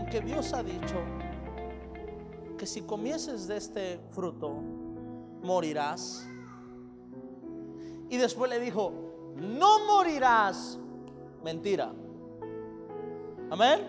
que Dios ha dicho que si comieses de este fruto morirás. Y después le dijo: no morirás. Mentira. Amén.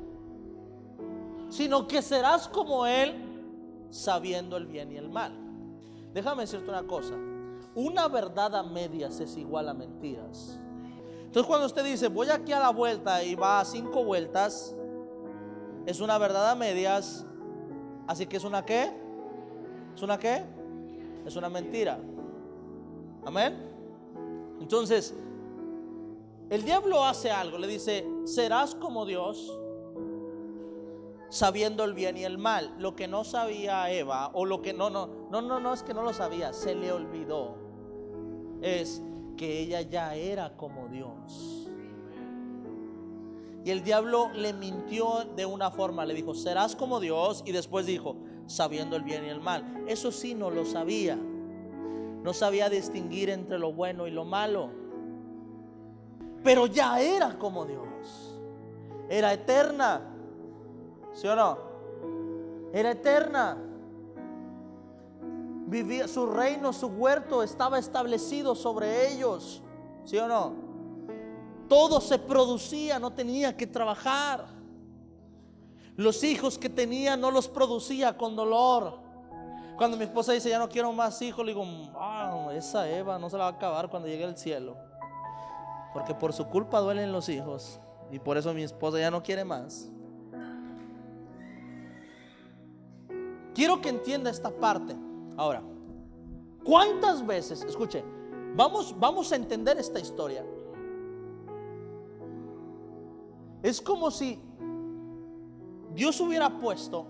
Sino que serás como Él, sabiendo el bien y el mal. Déjame decirte una cosa: una verdad a medias es igual a mentiras. Entonces, cuando usted dice voy aquí a la vuelta y va a 5 vueltas, es una verdad a medias. Así que es una ¿qué? ¿Es una qué? Es una mentira. Amén. Entonces, el diablo hace algo, le dice: serás como Dios, sabiendo el bien y el mal. Lo que no sabía Eva, o lo que no es que no lo sabía, se le olvidó, es que ella ya era como Dios. Y el diablo le mintió de una forma, le dijo: serás como Dios, y después dijo: sabiendo el bien y el mal. Eso sí, no lo sabía. No sabía distinguir entre lo bueno y lo malo, pero ya era como Dios. Era eterna, ¿sí o no? Era eterna. Vivía, su reino, su huerto estaba establecido sobre ellos, ¿sí o no? Todo se producía, no tenía que trabajar. Los hijos que tenía no los producía con dolor. Cuando mi esposa dice: ya no quiero más hijos, le digo: esa Eva no se la va a acabar cuando llegue al cielo, porque por su culpa duelen los hijos. Y por eso mi esposa ya no quiere más. Quiero que entienda esta parte. Ahora, ¿cuántas veces? Escuche, vamos a entender esta historia. Es como si Dios hubiera puesto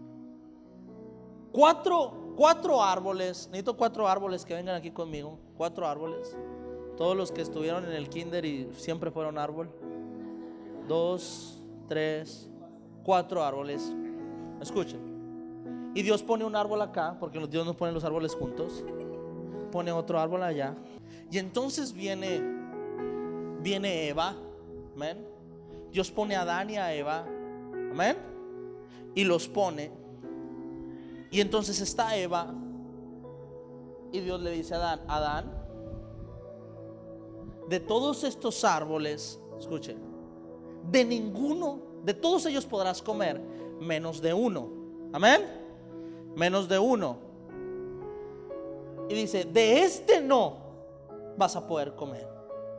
cuatro árboles. Necesito 4 árboles que vengan aquí conmigo. 4 árboles. Todos los que estuvieron en el kinder y siempre fueron árbol. 2, 3, 4 árboles. Escuchen. Y Dios pone un árbol acá, porque Dios nos pone los árboles juntos. Pone otro árbol allá. Y entonces viene Eva. Amén. Dios pone a Adán y a Eva. Amén. Y los pone. Y entonces está Eva. Y Dios le dice a Adán: de todos estos árboles, escuchen, de ninguno, de todos ellos podrás comer, menos de uno. Amén. Menos de uno. Y dice: de este no vas a poder comer.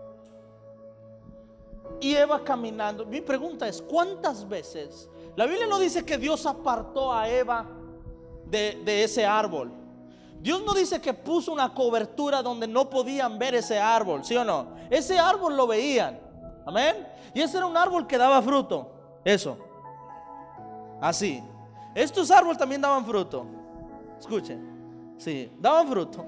Y Eva caminando. Mi pregunta es: ¿cuántas veces? La Biblia no dice que Dios apartó a Eva de ese árbol. Dios no dice que puso una cobertura donde no podían ver ese árbol, ¿sí o no? Ese árbol lo veían. Amén. Y ese era un árbol que daba fruto. Eso. Así. Estos árboles también daban fruto. Escuchen. Sí, daban fruto.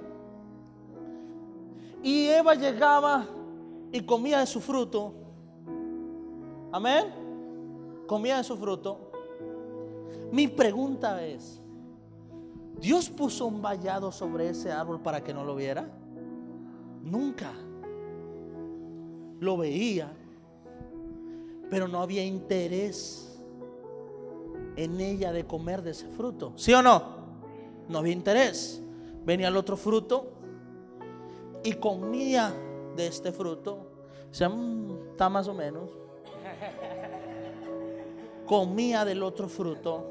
Y Eva llegaba y comía de su fruto. Amén. Comía de su fruto. Mi pregunta es: ¿Dios puso un vallado sobre ese árbol para que no lo viera? Nunca. Lo veía, pero no había interés en ella de comer de ese fruto, ¿sí o no? No había interés. Venía el otro fruto y comía de este fruto. O sea, está más o menos. Comía del otro fruto.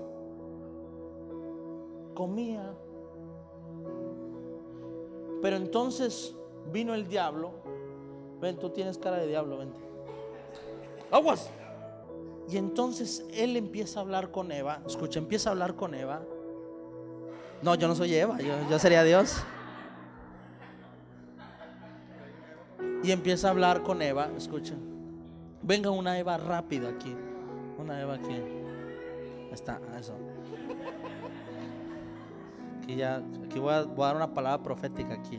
Comía. Pero entonces vino el diablo. Ven, tú tienes cara de diablo, vente. Aguas. Y entonces él empieza a hablar con Eva. Escucha, empieza a hablar con Eva. No, yo no soy Eva, yo sería Dios. Y empieza a hablar con Eva. Escucha. Venga una Eva rápida aquí. Una Eva aquí. Está, eso. Aquí voy a dar una palabra profética aquí.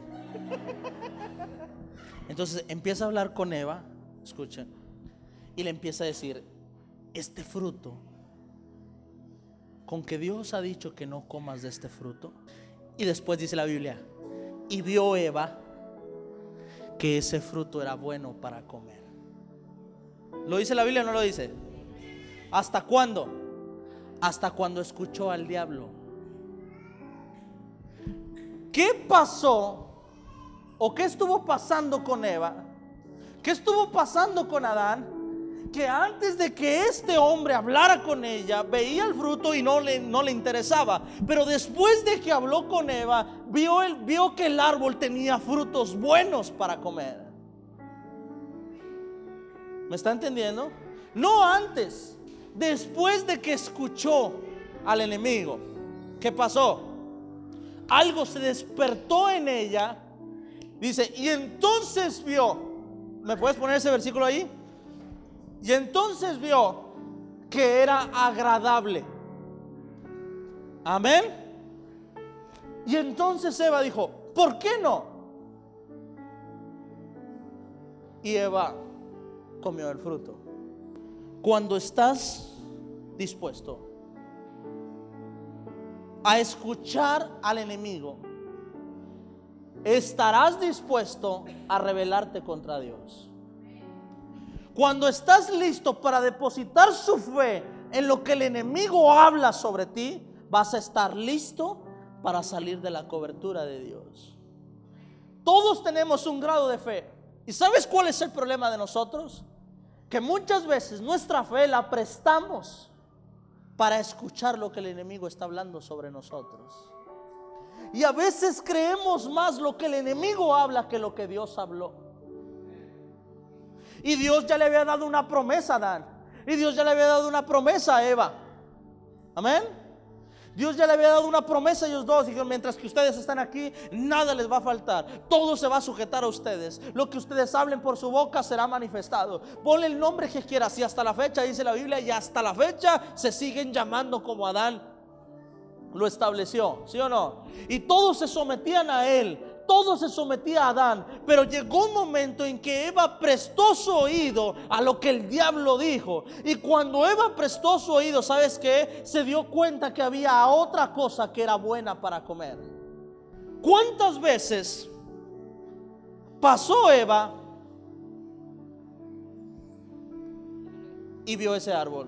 Entonces empieza a hablar con Eva. Escuchen. Y le empieza a decir: este fruto, con que Dios ha dicho que no comas de este fruto. Y después dice la Biblia: y vio Eva que ese fruto era bueno para comer. ¿Lo dice la Biblia o no lo dice? ¿Hasta cuándo? hasta cuando escuchó al diablo. ¿Qué pasó? ¿O qué estuvo pasando con Eva? ¿Qué estuvo pasando con Adán? Que antes de que este hombre hablara con ella, veía el fruto y no le interesaba. Pero después de que habló con Eva, vio que el árbol tenía frutos buenos para comer. ¿Me está entendiendo? No antes, después de que escuchó al enemigo. ¿Qué pasó? Algo se despertó en ella. Dice, y entonces vio. ¿Me puedes poner ese versículo ahí? Y entonces vio que era agradable. Amén. Y entonces Eva dijo, ¿por qué no? Y Eva comió el fruto. Cuando estás dispuesto a escuchar al enemigo, estarás dispuesto a rebelarte contra Dios. Cuando estás listo para depositar su fe en lo que el enemigo habla sobre ti, vas a estar listo para salir de la cobertura de Dios. Todos tenemos un grado de fe. ¿Y sabes cuál es el problema de nosotros? Que muchas veces nuestra fe la prestamos para escuchar lo que el enemigo está hablando sobre nosotros. Y a veces creemos más lo que el enemigo habla que lo que Dios habló. Y Dios ya le había dado una promesa a Adán. Y Dios ya le había dado una promesa a Eva. Amén. Dios ya le había dado una promesa a ellos dos. Dijeron, mientras que ustedes están aquí, nada les va a faltar. Todo se va a sujetar a ustedes. Lo que ustedes hablen por su boca será manifestado. Ponle el nombre que quieras. Y hasta la fecha, dice la Biblia, y hasta la fecha se siguen llamando como Adán lo estableció, ¿sí o no? Y todos se sometían a él. Todo se sometía a Adán. Pero llegó un momento en que Eva prestó su oído a lo que el diablo dijo. Y cuando Eva prestó su oído, ¿sabes qué? Se dio cuenta que había otra cosa que era buena para comer. ¿Cuántas veces pasó Eva y vio ese árbol?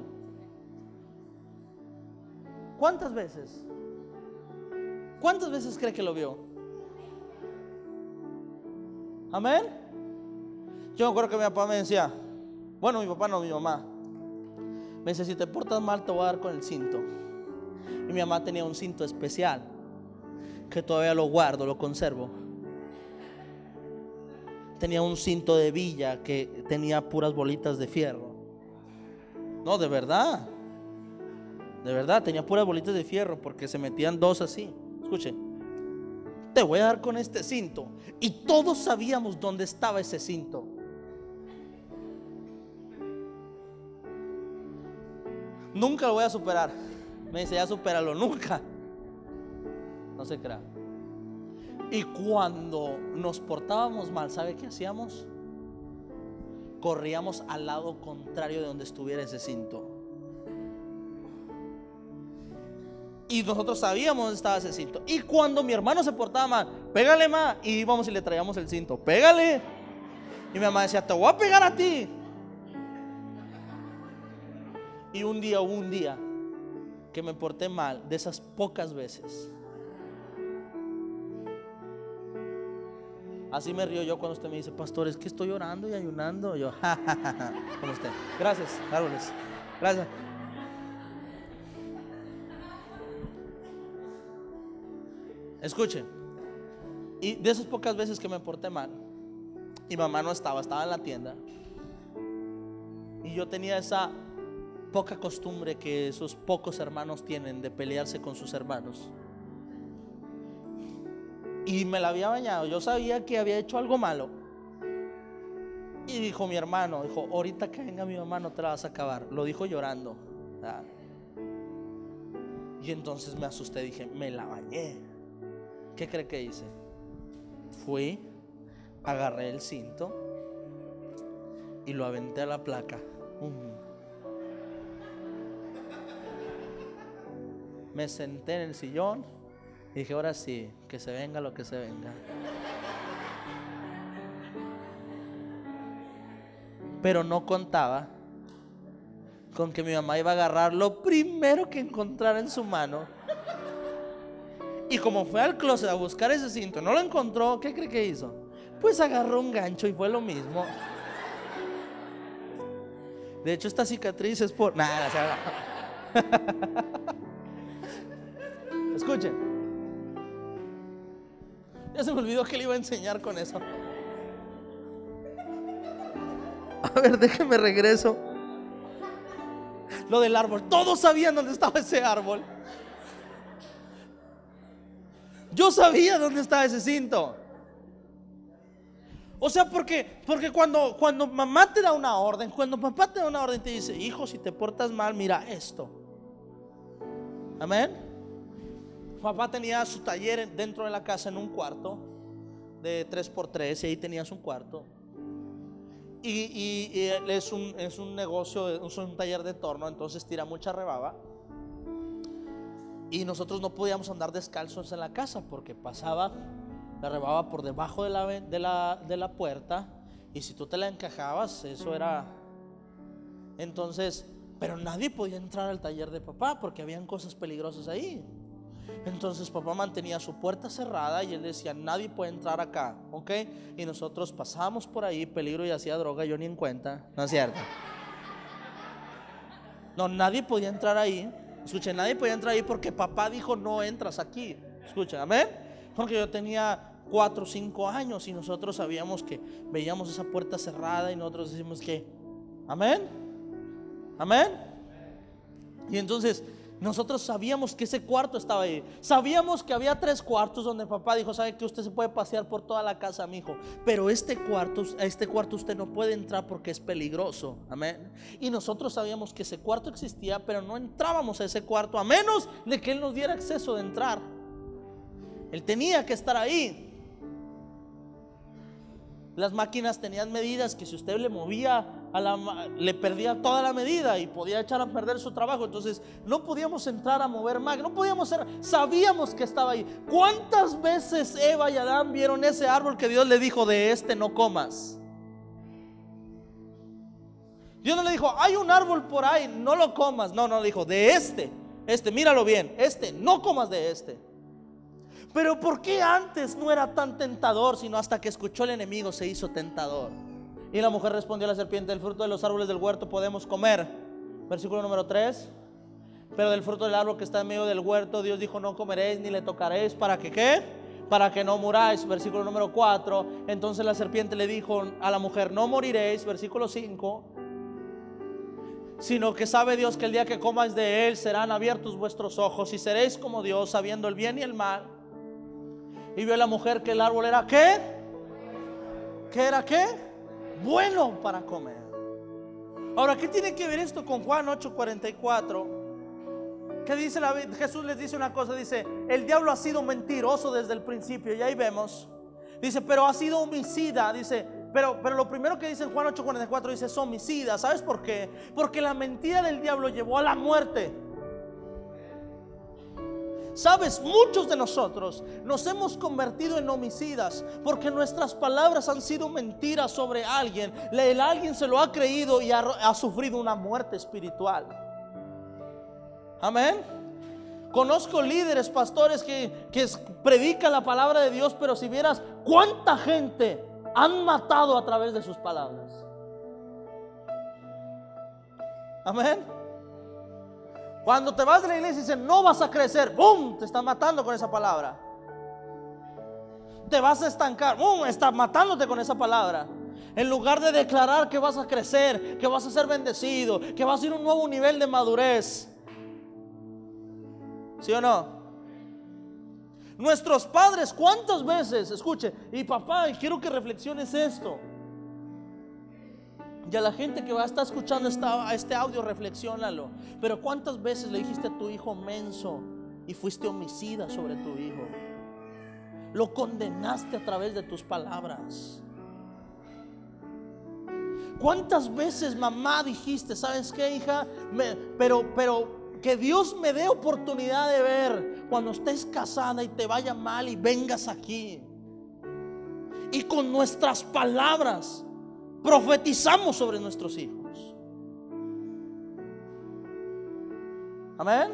¿Cuántas veces? ¿Cuántas veces cree que lo vio? Amén. Yo me acuerdo que mi papá me decía, bueno, mi papá no, mi mamá me dice, si te portas mal te voy a dar con el cinto. Y mi mamá tenía un cinto especial que todavía lo guardo, lo conservo. Tenía un cinto de villa que tenía puras bolitas de fierro. No, de verdad tenía puras bolitas de fierro, porque se metían dos así. Escuchen, te voy a dar con este cinto. Y todos sabíamos dónde estaba ese cinto. Nunca lo voy a superar. Me dice, ya supéralo. Nunca. No se crea. Y cuando nos portábamos mal, ¿sabe qué hacíamos? Corríamos al lado contrario de donde estuviera ese cinto. Y nosotros sabíamos dónde estaba ese cinto. Y cuando mi hermano se portaba mal, pégale más. Y íbamos y le traíamos el cinto. Pégale. Y mi mamá decía, te voy a pegar a ti. Y un día que me porté mal, de esas pocas veces. Así me río yo cuando usted me dice, pastor, es que estoy orando y ayunando. Yo, jajaja, como usted. Gracias, árboles. Gracias. Escuchen, y de esas pocas veces que me porté mal, y mamá no estaba en la tienda, y yo tenía esa poca costumbre que esos pocos hermanos tienen de pelearse con sus hermanos, y me la había bañado. Yo sabía que había hecho algo malo, y dijo mi hermano, dijo, ahorita que venga mi mamá no te la vas a acabar. Lo dijo llorando, ¿verdad? Y entonces me asusté, dije, me la bañé. ¿Qué cree que hice? Fui, agarré el cinto y lo aventé a la placa. Me senté en el sillón y dije, ahora sí, que se venga lo que se venga. Pero no contaba con que mi mamá iba a agarrar lo primero que encontrara en su mano. Y como fue al closet a buscar ese cinto, no lo encontró, ¿qué cree que hizo? Pues agarró un gancho y fue lo mismo. De hecho, esta cicatriz es por... Nada, Escuchen. Ya se me olvidó que le iba a enseñar con eso. A ver, déjeme regreso. Lo del árbol. Todos sabían dónde estaba ese árbol. Yo sabía dónde estaba ese cinto. O sea, porque cuando mamá te da una orden, cuando papá te da una orden, te dice: hijo, si te portas mal, mira esto. Amén. Papá tenía su taller dentro de la casa, en un cuarto de 3x3, y ahí tenías un cuarto. Y él es un negocio, es un taller de torno, entonces tira mucha rebaba. Y nosotros no podíamos andar descalzos en la casa porque pasaba la rebaba por debajo de la puerta, y si tú te la encajabas, eso era. Entonces, pero nadie podía entrar al taller de papá porque habían cosas peligrosas ahí. Entonces papá mantenía su puerta cerrada y él decía: nadie puede entrar acá, ¿ok? Y nosotros pasábamos por ahí, peligro, y hacía droga, yo ni en cuenta. No es cierto. No, nadie podía entrar ahí. Escuchen, nadie podía entrar ahí porque papá dijo: no entras aquí. Escuchen, amén. Porque yo tenía 4 o 5 años y nosotros sabíamos que veíamos esa puerta cerrada y nosotros decimos que, amén, amén. Y entonces nosotros sabíamos que ese cuarto estaba ahí. Sabíamos que había 3 cuartos donde papá dijo: sabe que usted se puede pasear por toda la casa, mijo, pero a este cuarto usted no puede entrar porque es peligroso. Amén. Y nosotros sabíamos que ese cuarto existía, pero no entrábamos a ese cuarto a menos de que él nos diera acceso de entrar. Él tenía que estar ahí. Las máquinas tenían medidas que si usted le movía le perdía toda la medida y podía echar a perder su trabajo. Entonces no podíamos entrar a mover máquinas, no podíamos sabíamos que estaba ahí. ¿Cuántas veces Eva y Adán vieron ese árbol que Dios le dijo: de este no comas? Dios no le dijo: hay un árbol por ahí, no lo comas. No, le dijo: de este, míralo bien, no comas de este. Pero ¿por qué antes no era tan tentador, sino hasta que escuchó el enemigo se hizo tentador? Y la mujer respondió a la serpiente: del fruto de los árboles del huerto podemos comer. Versículo número 3. Pero del fruto del árbol que está en medio del huerto, Dios dijo: no comeréis ni le tocaréis. ¿Para que qué? Para que no muráis. Versículo número 4. Entonces la serpiente le dijo a la mujer: no moriréis. Versículo 5. Sino que sabe Dios que el día que comáis de él serán abiertos vuestros ojos y seréis como Dios, sabiendo el bien y el mal. Y vio la mujer que el árbol era ¿qué? ¿Qué era qué? Bueno para comer. Ahora, ¿qué tiene que ver esto con Juan 8:44? ¿Qué dice Jesús les dice una cosa, dice: el diablo ha sido mentiroso desde el principio. Y ahí vemos, dice, pero ha sido homicida. Dice, pero lo primero que dice en Juan 8:44 dice: es homicida. ¿Sabes por qué? Porque la mentira del diablo llevó a la muerte. Sabes, muchos de nosotros nos hemos convertido en homicidas porque nuestras palabras han sido mentiras sobre alguien. El alguien se lo ha creído y ha sufrido una muerte espiritual. Amén. Conozco líderes, pastores que predican la palabra de Dios, pero si vieras cuánta gente han matado a través de sus palabras. Amén. Cuando te vas de la iglesia y dicen: no vas a crecer, ¡bum!, te están matando con esa palabra. Te vas a estancar, ¡bum!, estás matándote con esa palabra. En lugar de declarar que vas a crecer, que vas a ser bendecido, que vas a ir a un nuevo nivel de madurez. ¿Sí o no? Nuestros padres, ¿cuántas veces? Escuche, y papá, quiero que reflexiones esto. Y a la gente que va a estar escuchando este audio, reflexiónalo. Pero ¿cuántas veces le dijiste a tu hijo menso y fuiste homicida sobre tu hijo? Lo condenaste a través de tus palabras. ¿Cuántas veces, mamá, dijiste: ¿sabes qué, hija? Pero que Dios me dé oportunidad de ver cuando estés casada y te vaya mal y vengas aquí? Y con nuestras palabras profetizamos sobre nuestros hijos. Amén.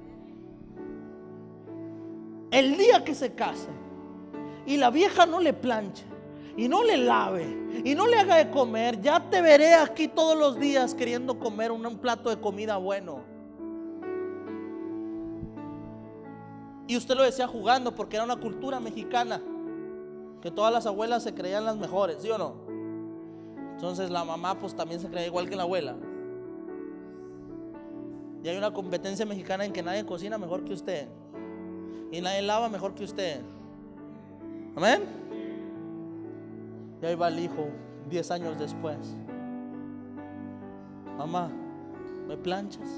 El día que se case y la vieja no le planche y no le lave y no le haga de comer, ya te veré aquí todos los días queriendo comer un plato de comida bueno. Y usted lo decía jugando, porque era una cultura mexicana que todas las abuelas se creían las mejores, ¿sí o no? Entonces la mamá pues también se creía igual que la abuela. Y hay una competencia mexicana en que nadie cocina mejor que usted y nadie lava mejor que usted. Amén. Y ahí va el hijo 10 años después: mamá, ¿me planchas?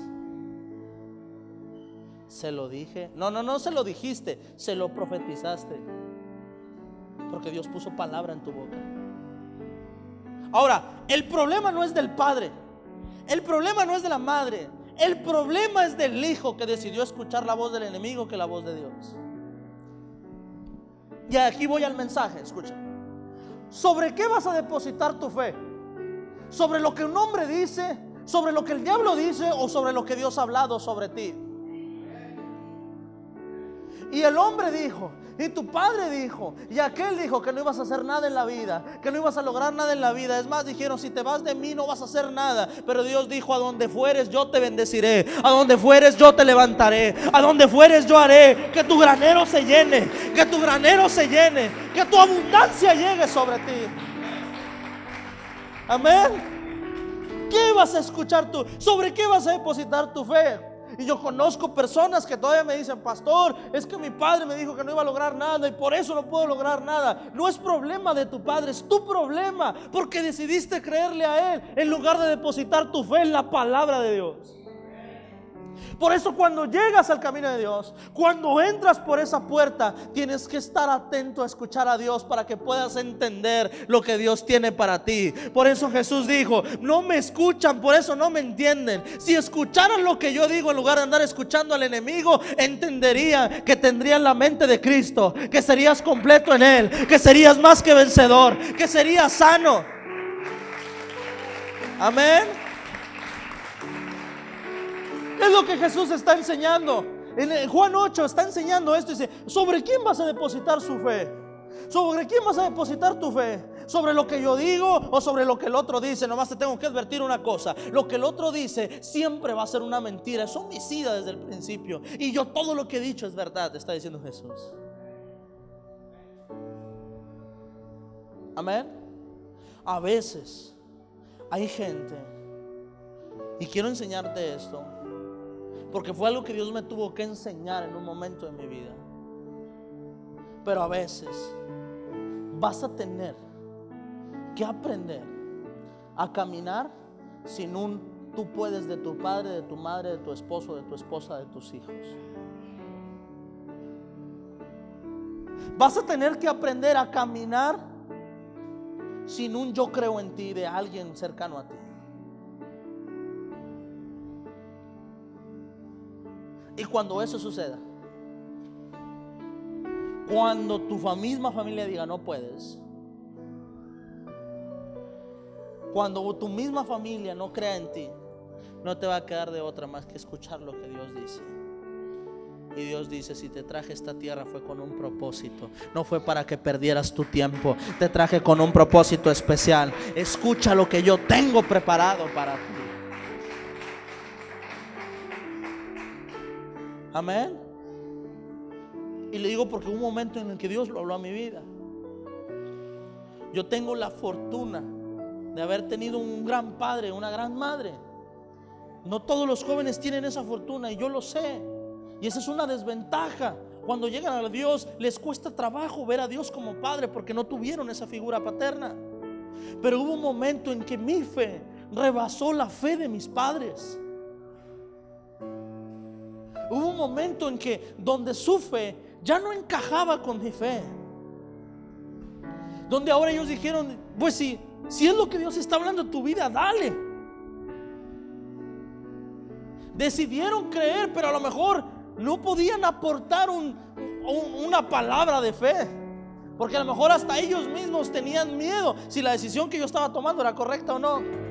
Se lo dije. No se lo dijiste, se lo profetizaste, porque Dios puso palabra en tu boca. Ahora, el problema no es del padre, el problema no es de la madre, el problema es del hijo que decidió escuchar la voz del enemigo que la voz de Dios. Y aquí voy al mensaje, escucha. ¿Sobre qué vas a depositar tu fe? ¿Sobre lo que un hombre dice, sobre lo que el diablo dice, o sobre lo que Dios ha hablado sobre ti? Y el hombre dijo, y tu padre dijo, y aquel dijo que no ibas a hacer nada en la vida, que no ibas a lograr nada en la vida. Es más, dijeron, si te vas de mí no vas a hacer nada. Pero Dios dijo, a donde fueres yo te bendeciré, a donde fueres yo te levantaré, a donde fueres yo haré que tu granero se llene, que tu granero se llene, que tu abundancia llegue sobre ti. Amén. ¿Qué vas a escuchar tú? ¿Sobre qué vas a depositar tu fe? Y yo conozco personas que todavía me dicen, pastor, es que mi padre me dijo que no iba a lograr nada y por eso no puedo lograr nada. No es problema de tu padre, es tu problema, porque decidiste creerle a él en lugar de depositar tu fe en la palabra de Dios. Por eso cuando llegas al camino de Dios, cuando entras por esa puerta, tienes que estar atento a escuchar a Dios para que puedas entender lo que Dios tiene para ti. Por eso Jesús dijo, no me escuchan, por eso no me entienden. Si escucharan lo que yo digo en lugar de andar escuchando al enemigo, entenderían que tendrían la mente de Cristo, que serías completo en Él, que serías más que vencedor, que serías sano. Amén. Es lo que Jesús está enseñando. En Juan 8 está enseñando esto. Dice, ¿sobre quién vas a depositar su fe? ¿Sobre quién vas a depositar tu fe? ¿Sobre lo que yo digo o sobre lo que el otro dice? Nomás te tengo que advertir una cosa: lo que el otro dice siempre va a ser una mentira. Es homicida desde el principio. Y yo todo lo que he dicho es verdad, está diciendo Jesús. Amén. A veces hay gente, y quiero enseñarte esto porque fue algo que Dios me tuvo que enseñar en un momento de mi vida. Pero a veces vas a tener que aprender a caminar sin un tú puedes de tu padre, de tu madre, de tu esposo, de tu esposa, de tus hijos. Vas a tener que aprender a caminar sin un yo creo en ti de alguien cercano a ti. Y cuando eso suceda, cuando tu misma familia diga no puedes, cuando tu misma familia no crea en ti, no te va a quedar de otra más que escuchar lo que Dios dice. Y Dios dice, si te traje a esta tierra fue con un propósito, no fue para que perdieras tu tiempo, te traje con un propósito especial. Escucha lo que yo tengo preparado para ti. Amén. Y le digo porque hubo un momento en el que Dios lo habló a mi vida. Yo tengo la fortuna de haber tenido un gran padre, una gran madre. No todos los jóvenes tienen esa fortuna y yo lo sé. Y esa es una desventaja. Cuando llegan a Dios les cuesta trabajo ver a Dios como padre porque no tuvieron esa figura paterna. Pero hubo un momento en que mi fe rebasó la fe de mis padres. Hubo un momento en que donde su fe ya no encajaba con mi fe, donde ahora ellos dijeron, pues si es lo que Dios está hablando en tu vida, dale. Decidieron creer, pero a lo mejor no podían aportar una palabra de fe, porque a lo mejor hasta ellos mismos tenían miedo si la decisión que yo estaba tomando era correcta o no.